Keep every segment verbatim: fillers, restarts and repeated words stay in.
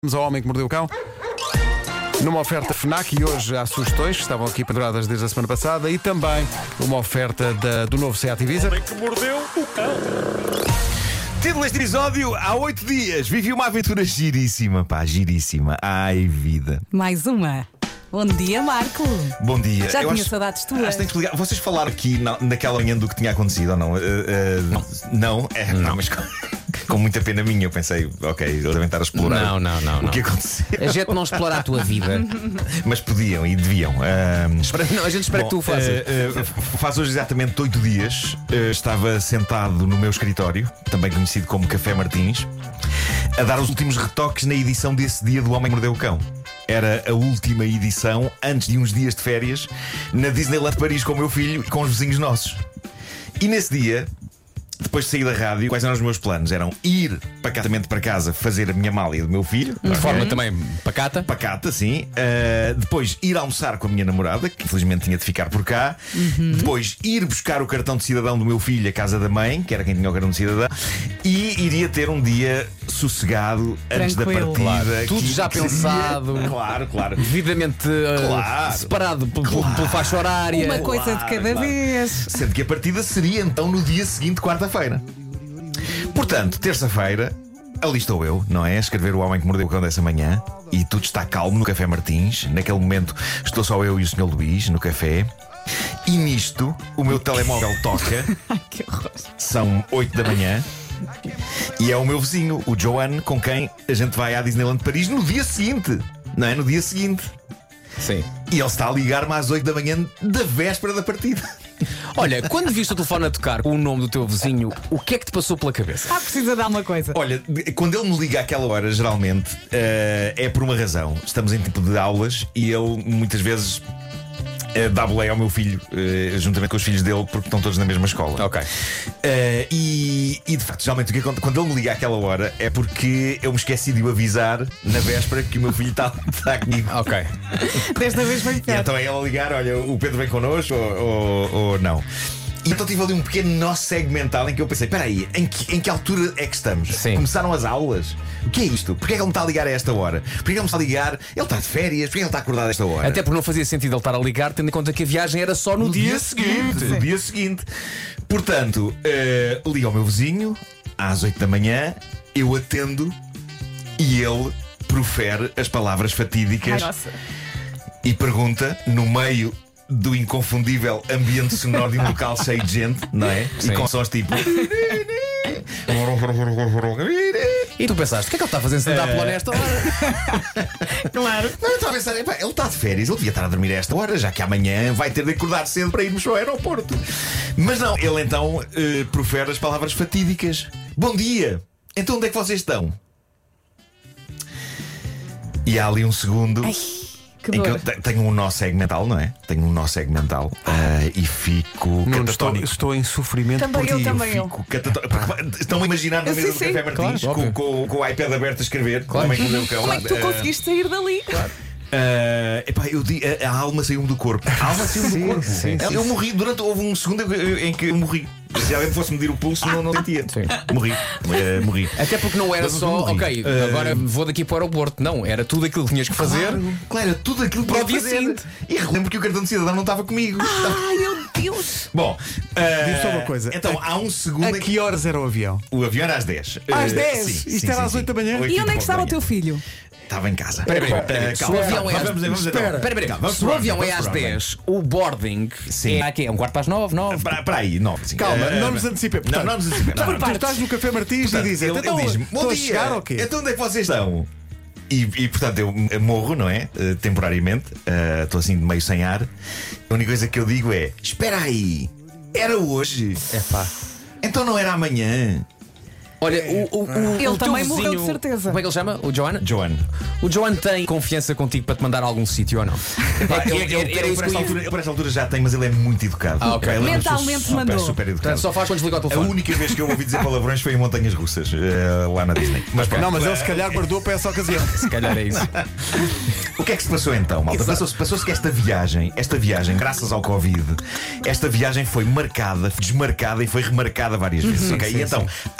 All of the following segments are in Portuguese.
Vamos ao Homem que Mordeu o Cão. Numa oferta FNAC, e hoje há sugestões que estavam aqui penduradas desde a semana passada, e também uma oferta da, do novo Seat Ibiza. O Homem que Mordeu o Cão. Título deste episódio: há oito dias vivi uma aventura giríssima, pá, giríssima. Ai, vida. Mais uma. Bom dia, Marco. Bom dia. Já Eu tinha acho- saudades tuas. Acho que tenho que explicar. Vocês falaram aqui na, naquela manhã do que tinha acontecido ou não? Uh, uh, não. É, não, mas com, com muita pena minha, eu pensei, ok, eles devem estar a explorar Não, não, não, o não. que aconteceu. A gente não explora a tua vida. Mas podiam e deviam. Uh, Espera- não, a gente espera Bom, que tu o faças. eh, eh, faz hoje exatamente oito dias. eh, estava sentado no meu escritório, também conhecido como Café Martins, a dar os últimos retoques na edição desse dia do Homem que Mordeu o Cão. Era a última edição antes de uns dias de férias na Disneyland de Paris com o meu filho e com os vizinhos nossos. E nesse dia, depois de sair da rádio, quais eram os meus planos? Eram ir pacatamente para casa fazer a minha mala e do meu filho, De forma também pacata. pacata, sim. Uh, depois ir almoçar com a minha namorada, que infelizmente tinha de ficar por cá. Depois ir buscar o cartão de cidadão do meu filho à casa da mãe, que era quem tinha o cartão de cidadão. E iria ter um dia sossegado antes da Tranquilo. partida. Claro, tudo que- já que seria- pensado. Claro, claro. Devidamente uh, Claro. separado p- p- pela faixa horária. Uma coisa de cada claro. vez. Sendo que a partida seria então no dia seguinte, quarta-feira. Portanto, terça-feira, ali estou eu, não é? A escrever O Homem que Mordeu o Cão dessa manhã. E tudo está calmo no Café Martins. Naquele momento estou só eu e o senhor Luís no café. E nisto, o meu telemóvel toca. Ai, que horror. São oito da manhã. E é o meu vizinho, o Joan, com quem a gente vai à Disneyland de Paris no dia seguinte. Não é? No dia seguinte. Sim. E ele está a ligar-me às oito da manhã da véspera da partida. Olha, quando viste o telefone a tocar com o nome do teu vizinho, o que é que te passou pela cabeça? Ah, precisa dar uma coisa. Olha, quando ele me liga àquela hora, geralmente, eh, é por uma razão. Estamos em tipo de aulas e ele muitas vezes eh, dá boleia ao meu filho, eh, juntamente com os filhos dele, porque estão todos na mesma escola. Ok. Eh, e, e de facto, geralmente, o que acontece- quando ele me liga àquela hora é porque eu me esqueci de o avisar na véspera que o meu filho está está comigo. Ok. Desta vez foi E pior. então é ele a ligar: olha, o Pedro vem connosco ou, ou, ou não. E então tive ali um pequeno nó segmental em que eu pensei: espera aí, em que, em que altura é que estamos? Sim. Começaram as aulas? O que é isto? Porquê é que ele me está a ligar a esta hora? Porquê é que ele me está a ligar? Ele está de férias? Porquê é que ele está acordado a esta hora? Até porque não fazia sentido ele estar a ligar, tendo em conta que a viagem era só no, no dia, dia seguinte. No dia seguinte. Portanto, eh, liga ao meu vizinho às oito da manhã, eu atendo e ele profere as palavras Ai, fatídicas nossa. e pergunta, no meio do inconfundível ambiente sonoro de um local cheio de gente, não é? Sim. E com sons tipo. E tu pensaste, o que é que ele está a fazer sentado pela nesta hora? Claro. Não, eu estava a pensar, epá, ele está de férias, ele devia estar a dormir a esta hora, já que amanhã vai ter de acordar cedo para irmos ao aeroporto. Mas não, ele então eh, profere as palavras fatídicas: bom dia, então onde é que vocês estão? E há ali um segundo. Ai, que Em que dor. eu te- tenho um nó segmental, não é? Tenho um nó segmental ah, e fico Nuno, estou, catatónico. estou em sofrimento Também por eu ti. também. Fico catatónico. Porque Estão a imaginar na Sim, mesa do sim. Café Martins, Claro, com, óbvio. com- com o iPad aberto a escrever. Claro. Como é que mordeu o cão? Como é que tu Ah, conseguiste sair dali? ah, epá, eu di- a, a alma saiu-me do corpo. A alma saiu-me do corpo. sim, eu, sim. eu morri durante. Houve um segundo em que eu morri. Se alguém fosse medir o pulso, não, não sentia. Sim. Morri. Ah, morri. Até porque não era Mas eu só, morri. ok, Ah, agora vou daqui para o aeroporto. Não, era tudo aquilo que tinhas que fazer. Claro, claro, era tudo aquilo que Para o tinha dia que fazer. seguinte. E relembro que o cartão de cidadão não estava comigo. Ai, meu Deus. Bom, ah, Diz-me só uma coisa. Então, há um segundo A em que que horas era o avião? o avião era às dez. Às Eh, dez? sim, Isto sim, era sim, às sim. oito da manhã? Oito E onde é que pouco estava da o teu manhã. filho? Estava em casa. Espera aí, Eh, espera aí. calma, Se o avião calma, é às- vamos, vamos, espera. então. Espera, espera, Calma, vamos se o por avião ordem, é vamos às por ordem. dez, o boarding Sim. é aqui, é um quarto para as nove, nove. Para, para aí, não. Sim. Calma, Eh, não nos antecipemos. Não, Portanto, não nos antecipemos. Tu, Não, tu não. estás no Café Martins Portanto, e dizes: ele, então, ele diz-me: estou bom a dia, chegar ou quê? então onde é que vocês estão? E, e, portanto eu morro, não é? Eh, temporariamente. Eh, Estou assim de meio sem ar. A única coisa que eu digo é: espera aí, era hoje? É pá. Então não era amanhã? Olha, o, o, o, Ele o teu também morreu de vizinho- certeza. Como é que ele chama? O Joan? Joan. O Joan tem confiança contigo para te mandar a algum sítio ou não? Pá, É que ele, era- ele- era ele isso por que esta eu ia- altura, ele por esta altura já tem, mas ele é muito educado. Ah, ok. Ele é uma pessoa Mentalmente super, mandou. super educado. Portanto, só faz quando desliga o A telefone. única vez que eu ouvi dizer palavrões foi em Montanhas Russas, eh, lá na Disney. Mas pronto. Não, mas ele se calhar guardou para essa ocasião. Se calhar é isso. O que é que se passou então, malta? Passou-se passou-se que esta viagem, esta viagem, graças ao Covid, esta viagem foi marcada, foi desmarcada e foi remarcada várias vezes. Ok? sim, E então, há meses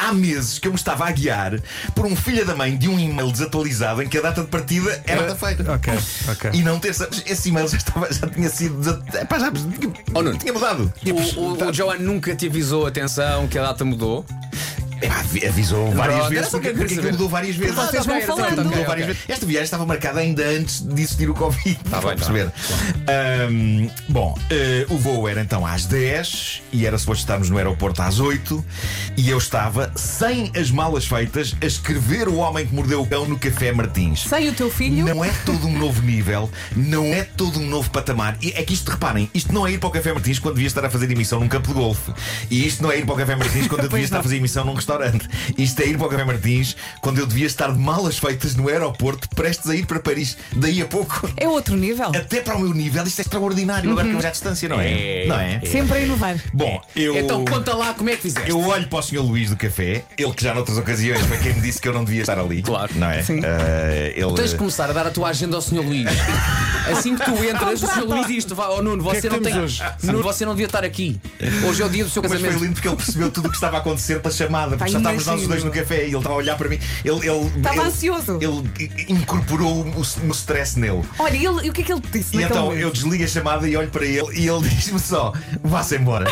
vezes que eu me estava a guiar por um filho da mãe de um e-mail desatualizado em que a data de partida era da feira. Ok, ok. E não terça. Esse e-mail já, estava, já tinha sido. desat- Epá, já tinha, Oh, Nuno. tinha mudado. O, o, o João nunca te avisou, atenção, que a data mudou. Epá, avi- avisou várias Pronto, era vezes só porque, que eu queria porque saber. mudou várias vezes. Vocês Ah, vão ok, falando. ok, Mudou ok, várias ok. vezes. Esta viagem estava marcada ainda antes de existir o Covid. Está bem, a perceber? Ahm, bom, eh, o voo era então às dez e era suposto estarmos no aeroporto às oito. E eu estava, sem as malas feitas, a escrever O Homem que Mordeu o Cão no Café Martins. Sem o teu filho. Não é todo um novo nível, não é todo um novo patamar. E é que isto, reparem, isto não é ir para o Café Martins quando devia estar a fazer emissão num campo de golfe. E isto não é ir para o Café Martins quando eu devia estar a fazer emissão num restaurante. Isto é ir para o Café Martins quando eu devia estar de malas feitas no aeroporto, prestes a ir para Paris. Daí a pouco, É outro nível. até para o meu nível, isto é extraordinário. Agora que eu já à distância, não é? É. Não é? Sempre a inovar. Bom, eu. Então conta lá como é que fizeste. Eu olho para o senhor Luís do café, ele que já noutras ocasiões foi quem me disse que eu não devia estar ali. Claro. Não é? Sim. Ah, ele... Tens de começar a dar a tua agenda ao senhor Luís. Assim que tu entras, o senhor Luís diz: tu vai, oh Nuno, que é você que não tem. temos hoje? Nuno, você não devia estar aqui. Hoje é o dia do seu Mas foi casamento. lindo porque ele percebeu tudo o que estava a acontecer pela chamada. Porque Pá, já estávamos nós os imagino. dois no café e ele estava a olhar para mim. Ele, ele, Estava ele- ansioso. Ele incorporou o, o stress nele. Olha, e ele- e o que é que ele te disse? E naquele então momento? eu desligo a chamada e olho para ele e ele diz-me só: vá-se embora.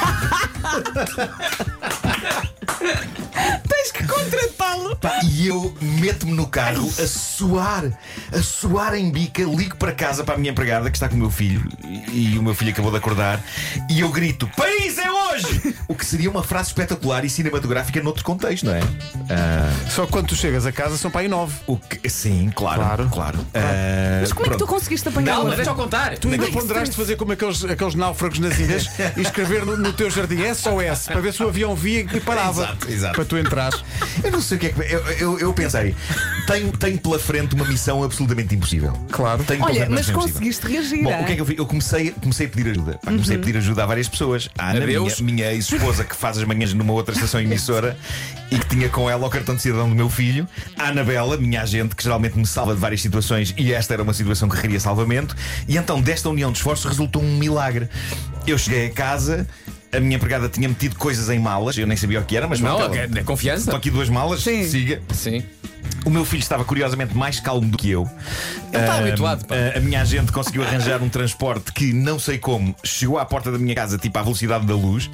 Tens que contratá-lo. Pá, e eu meto-me no carro a suar, a suar em bica, ligo para casa para a minha empregada que está com o meu filho e, e o meu filho acabou de acordar e eu grito: Paris é hoje! O que seria uma frase espetacular e cinematográfica noutro contexto, não é? Ah, Só que quando tu chegas a casa são para aí nove. o que, sim, claro, Claro. claro. Ah, Mas como é que tu pronto. conseguiste apanhar Não, o mas deixa eu contar. Tu ainda ponderaste fazer como aqueles, aqueles náufragos nas ilhas e escrever no, no teu jardim S O S para ver se o avião via e parava. Exato, exato. Para tu entrares. Eu não sei o que é que. Eu, eu, eu pensei, tenho, tenho pela frente uma missão absolutamente impossível. Claro. Tenho pela Olha, frente uma mas missão impossível. conseguiste reagir. Bom, ah? o que é que eu fiz? Eu comecei, comecei a pedir ajuda. Pá, comecei a pedir ajuda a várias pessoas. A Ana, minha, Adeus. minha ex-esposa, que faz as manhãs numa outra estação emissora e que tinha com ela o cartão de cidadão do meu filho. A Anabela, minha agente, que geralmente me salva de várias situações e esta era uma situação que requeria salvamento. E então, desta união de esforços, resultou um milagre. Eu cheguei a casa. A minha empregada tinha metido coisas em malas, eu nem sabia o que era, mas Não, pronto, é ela- de confiança. Estão aqui duas malas, Sim. siga. Sim. O meu filho estava curiosamente mais calmo do que eu. Ele está Ah, habituado, pá. A, a minha agente conseguiu arranjar um transporte que, não sei como, chegou à porta da minha casa, tipo à velocidade da luz,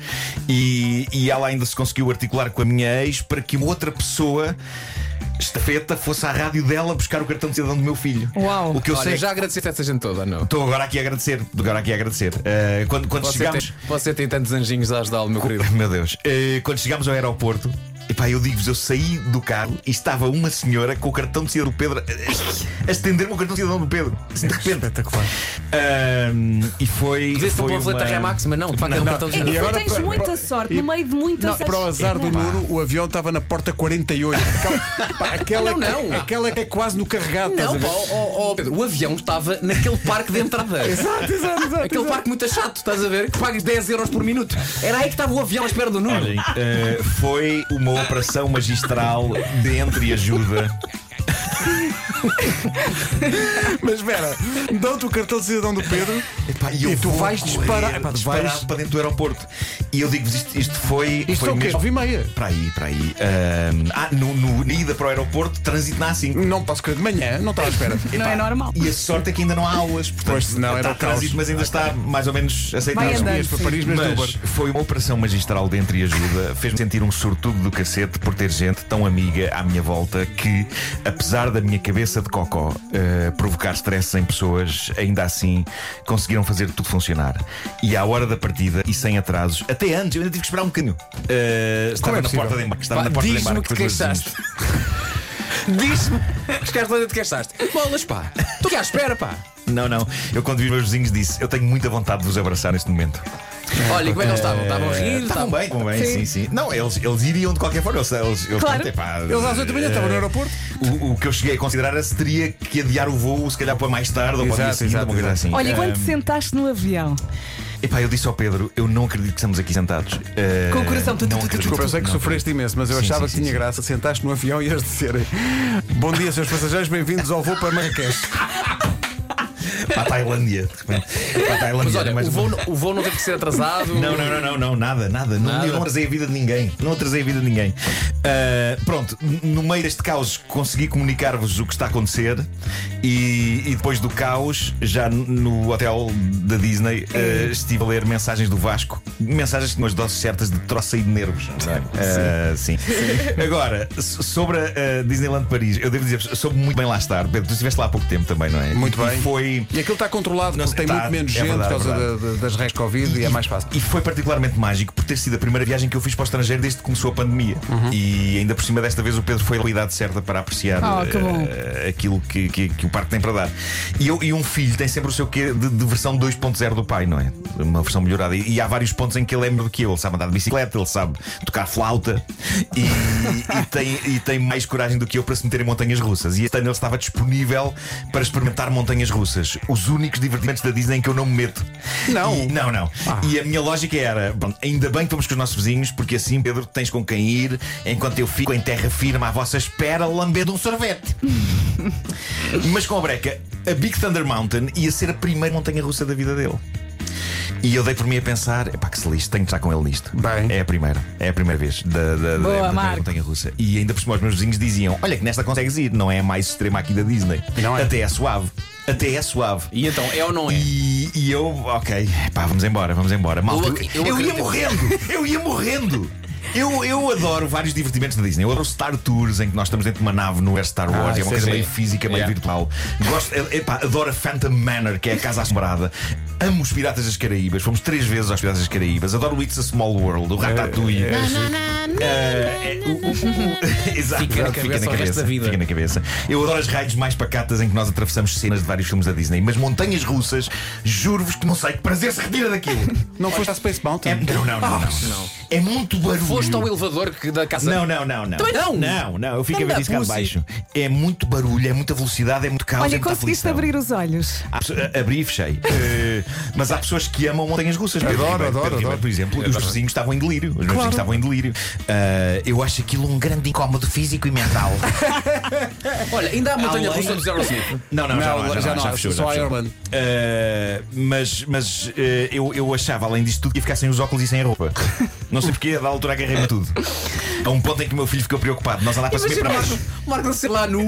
e, e ela ainda se conseguiu articular com a minha ex para que uma outra pessoa, estafeta, fosse à rádio dela buscar o cartão de cidadão do meu filho. Uau. O que eu Olha, sei. já agradeceste a essa gente toda, não? Estou agora aqui a agradecer. Estou agora aqui a agradecer. Ah, quando quando Você chegámos. tem, você tem tantos anjinhos a ajudá-lo, meu querido. Meu Deus. Eh, quando chegámos ao aeroporto, epá, eu digo-vos, eu saí do carro e estava uma senhora com o cartão de cidadão do Pedro a, a estender-me o cartão de cidadão do Pedro. Assim, de repente. Espetacular. Ahm, e foi. Dizeste foi para o panfleto da uma... Remax, mas não, de facto é um Não, cartão de É que E tu agora tens para- muita para- sorte e- no meio de muitas. Não, para o azar do Nuno, o avião estava na porta quarenta e oito. Aquela, pá, aquela, Não, não. Que, aquela que é quase no carregado. estás Não, a ver? pá, ó, ó, Pedro, o avião estava naquele parque de entrada. Exato, exato, exato. Aquele exato. parque muito chato, estás a ver? Que pagas dez euros por minuto. Era aí que estava o avião à espera do Nuno. Olhem, eh, foi uma operação magistral de entreajuda. Mas espera, dão-te o cartão de cidadão do Pedro Epá, e, eu tu vou vais correr, disparar. Epá, tu disparado vais... para dentro do aeroporto. E eu digo-vos, isto, isto foi. Isto foi é o quê? mesmo- nove e meia. Para aí, para aí. Ahm, ah, no, no, na ida para o aeroporto, trânsito na A cinco. Não posso crer de manhã, não estava à espera. Não é normal. E a sorte é que ainda não há aulas. Portanto, Pois, senão era está o caos. trânsito, mas ainda está mais ou menos aceitável. Vai andando. Ias para Paris, mas, Mas do Uber. foi uma operação magistral de entreajuda. Fez-me sentir um sortudo do cacete por ter gente tão amiga à minha volta que, apesar da minha cabeça de cocó eh, provocar stress em pessoas, ainda assim conseguiram fazer tudo funcionar. E à hora da partida e sem atrasos, até antes, eu ainda tive que esperar um bocadinho. Eh, estava é na possível? porta de embarque. Estava Pá, na porta de diz-me embarque que te com os meus queixaste. vizinhos. Diz-me que chegaste lá dentro de queixaste. Bolas, pá. Estou aqui à espera, pá. Não, não. Eu, quando vi os meus vizinhos, disse: eu tenho muita vontade de vos abraçar neste momento. Olha, e como é que eles estavam? Estavam a rir? Estavam bem, estavam bem, sim, sim. Não, eles, eles iriam de qualquer forma. Eles, eles, eles, Claro. pronto, epá, Eles às oito da manhã estavam no aeroporto. O, o que eu cheguei a considerar era se teria que adiar o voo, se calhar para mais tarde ou para o dia Exato, seguinte, exato, uma coisa assim. Olha, e quando Ahm, te sentaste no avião? epá, eu disse ao Pedro: eu não acredito que estamos aqui sentados. Ah, Com o coração tu, tu, não tu, tu, acredito. Desculpa, eu sei que Não sofreste imenso, mas eu Sim, achava sim, que tinha sim, graça. Sentaste no avião e ias dizer: bom dia, senhores passageiros, bem-vindos ao voo para Marrakech. Para a Tailândia. Para a Tailândia. Mas olha, mais o voo, o voo não tem que ser atrasado. Não, não, não, não, não, nada, nada. Não, Nada. eu não atrasei a vida de ninguém. Não atrasei a vida de ninguém. Uh, pronto, no meio deste caos consegui comunicar-vos o que está a acontecer e, e depois do caos, já no hotel da Disney, uh, estive a ler mensagens do Vasco, mensagens com as doses certas de troço aí de nervos. Uh, sim. Agora, sobre a Disneyland Paris, eu devo dizer, soube muito bem lá estar. Pedro, tu estiveste lá há pouco tempo também, não é? Muito E bem. Foi... E aquilo está controlado Não porque sei, tem tá, muito menos é gente verdade, por causa é da- da- das regras Covid e, é mais fácil. E foi particularmente mágico por ter sido a primeira viagem que eu fiz para o estrangeiro desde que começou a pandemia. E ainda por cima desta vez o Pedro foi a qualidade certa para apreciar Oh, que bom. eh, aquilo que, que, que o parque tem para dar. E, eu, e um filho tem sempre o seu quê de, de versão dois ponto zero do pai, não é? Uma versão melhorada. E, e há vários pontos em que ele é melhor do que eu. Ele sabe andar de bicicleta, ele sabe tocar flauta e, e, tem, e tem mais coragem do que eu para se meter em montanhas russas. E este ano ele estava disponível para experimentar montanhas russas. Os únicos divertimentos da Disney em que eu não me meto. Não? E, não, não. E a minha lógica era: bom, ainda bem que estamos com os nossos vizinhos, porque assim, Pedro, tens com quem ir, enquanto eu fico em terra firme à vossa espera, lambendo um sorvete. Mas com a breca, a Big Thunder Mountain ia ser a primeira montanha russa da vida dele. E eu dei por mim a pensar: epá, que se lixe, tenho que estar com ele nisto. Bem. É a primeira, é a primeira vez da, da, da, Boa, da primeira Marco. montanha russa. E ainda por cima os meus vizinhos diziam: olha que nesta consegues ir, não é a mais extrema aqui da Disney. Não é. Até é suave. Até é suave. E então, é ou não é? E, e eu, ok, pá, vamos embora, vamos embora. Malta, Eu ac- eu eu, ia acredito. morrendo, eu ia morrendo. Eu, eu adoro vários divertimentos da Disney. Eu adoro Star Tours, em que nós estamos dentro de uma nave no Air Star Wars. Ah, é uma sim, coisa sim. meio física, meio Yeah. virtual. Gosto, epá, adoro a Phantom Manor, que é a casa assombrada. Amo os Piratas das Caraíbas. Fomos três vezes aos Piratas das Caraíbas. Adoro o It's a Small World, o Ratatouille. É, é, Eh, é, o- o- o- Exato, Fica na exato, cabeça o resto da vida. Fica na cabeça. Eu adoro as raids mais pacatas em que nós atravessamos cenas de vários filmes da Disney. Mas montanhas russas, juro-vos que não sei que prazer se retira daquilo. Não foste à Space Mountain? É, não, não, não, não. É muito barulho. Foste ao elevador que- da casa. Não, não, não, não. Também não? Não, não. Eu fico a Não ver dá isso cá de pussy. baixo. É muito barulho, é muita velocidade, é muito caos. é Olha, muita conseguiste aflição. abrir os olhos. Há pessoas- a- Abri e fechei. Eh, mas há pessoas que amam montanhas russas. Pedro Adoro, Ribeiro, adoro, Pedro Ribeiro, adoro. por exemplo, e os vizinhos estavam em delírio. Os meus Claro. vizinhos estavam em delírio. Eh, eu acho aquilo um grande incómodo físico e mental. Olha, ainda há montanha Além- russa do Zero Smith. Não, não, já Não, não, há, já, já não, há, não já há, fechou, só já fechou. Ireland. Eh, mas mas eh, eu, eu achava, além disto tudo, que ia ficar sem os óculos e sem a roupa. Não sei porque, a da altura agarrei-me a tudo. A um ponto em que o meu filho ficou preocupado. Nós andávamos para subir para baixo. O Marco nasceu lá nu.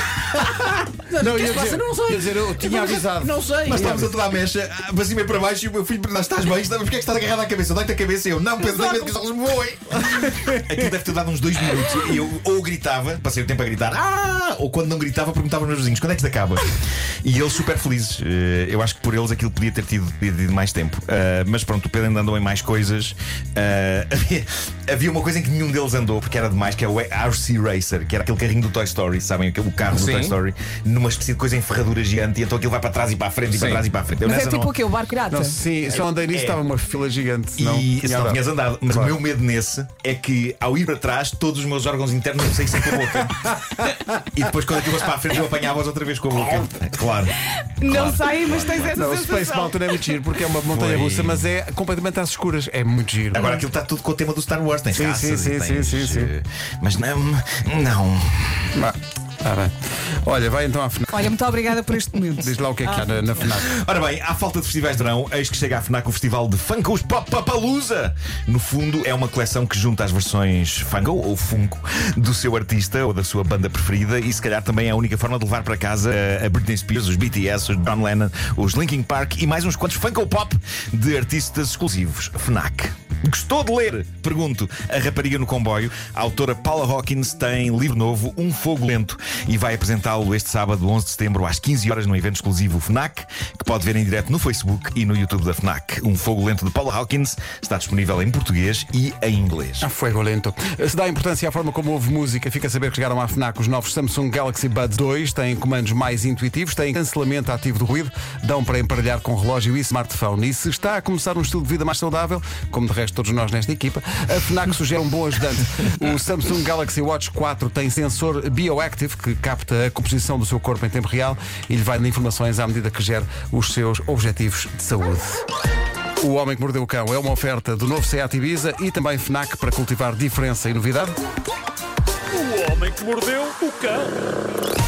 Não, O que é ia que se passa? dizer, Não sei. ia dizer, eu tinha avisado. Não sei. Nós estávamos a toda a mecha, ah, para cima e para baixo, e o meu filho perguntou: estás bem? Estás- Porquê é que estás agarrado à cabeça? Dá-te a cabeça. E eu: não, Pedro, dá medo que os óculos me voem. Aquilo deve ter dado uns dois minutos. E eu ou gritava, passei o tempo a gritar, ah! Ou quando não gritava, perguntava aos meus vizinhos: quando é que isto acaba? E eles super felizes. Eh, Eu acho que por eles aquilo podia ter tido, podia ter tido mais tempo. Ah, mas pronto, o Pedro ainda andou em mais coisas. Ah, havia, havia uma coisa em que nenhum deles andou, porque era demais, que é o R C Racer, que era aquele carrinho do Toy Story, sabem? Aquele carro do Sim. Toy Story, numa espécie de coisa em ferradura gigante, e então aquilo vai para trás e para a frente e para Sim. trás e para a frente. Eu Mas é nessa tipo não- o quê? O barco pirata? Não, sim, só andei nisso, É. estava uma fila gigante. Não, E se tinha não andado. tinhas andado. Mas Claro. o meu medo nesse é que, ao ir para trás, todos os meus órgãos internos me saíssem com a boca. E depois, quando aquilo fosse para a frente, eu apanhava-os outra vez com a boca. Claro. Não Claro. sei, mas tens essa Não, o Space sensação. Mountain é muito giro porque é uma montanha Foi. russa, mas é completamente às escuras. É muito giro. Agora aquilo está tudo com o tema do Star Wars. Tens Sim, caças sim, e sim, tens, sim, sim, sim. eh, Mas não, não. Vá, tá bem. Olha, vai então à FNAC. Olha, muito obrigada por este momento. Diz lá o que é que há na, na FNAC. Ora bem, à falta de festivais de verão, eis que chega à FNAC o Festival de Funkos Pop-Palooza. No fundo, é uma coleção que junta as versões Funko ou Funko do seu artista ou da sua banda preferida, e se calhar também é a única forma de levar para casa a Britney Spears, os B T S, os John Lennon, os Linkin Park e mais uns quantos Funko Pop de artistas exclusivos. FNAC. Gostou de ler? Pergunto. A rapariga no comboio. A autora Paula Hawkins tem livro novo, Um Fogo Lento, e vai apresentá-lo este sábado, onze de setembro, às quinze horas, no evento exclusivo FNAC, que pode ver em direto no Facebook e no YouTube da FNAC. Um Fogo Lento de Paula Hawkins está disponível em português e em inglês. Ah, fuego lento. Se dá importância à forma como ouve música, fica a saber que chegaram à FNAC os novos Samsung Galaxy Buds dois. Têm comandos mais intuitivos, têm cancelamento ativo do ruído, dão para emparelhar com relógio e smartphone. E se está a começar um estilo de vida mais saudável, como de resto todos nós nesta equipa, a FNAC sugere um bom ajudante. O Samsung Galaxy Watch quatro tem sensor Bioactive, que capta a composição do seu corpo em tempo real e lhe vai dando informações à medida que gera os seus objetivos de saúde. O Homem que Mordeu o Cão é uma oferta do novo Seat Ibiza e também FNAC para cultivar diferença e novidade. O homem que mordeu o cão.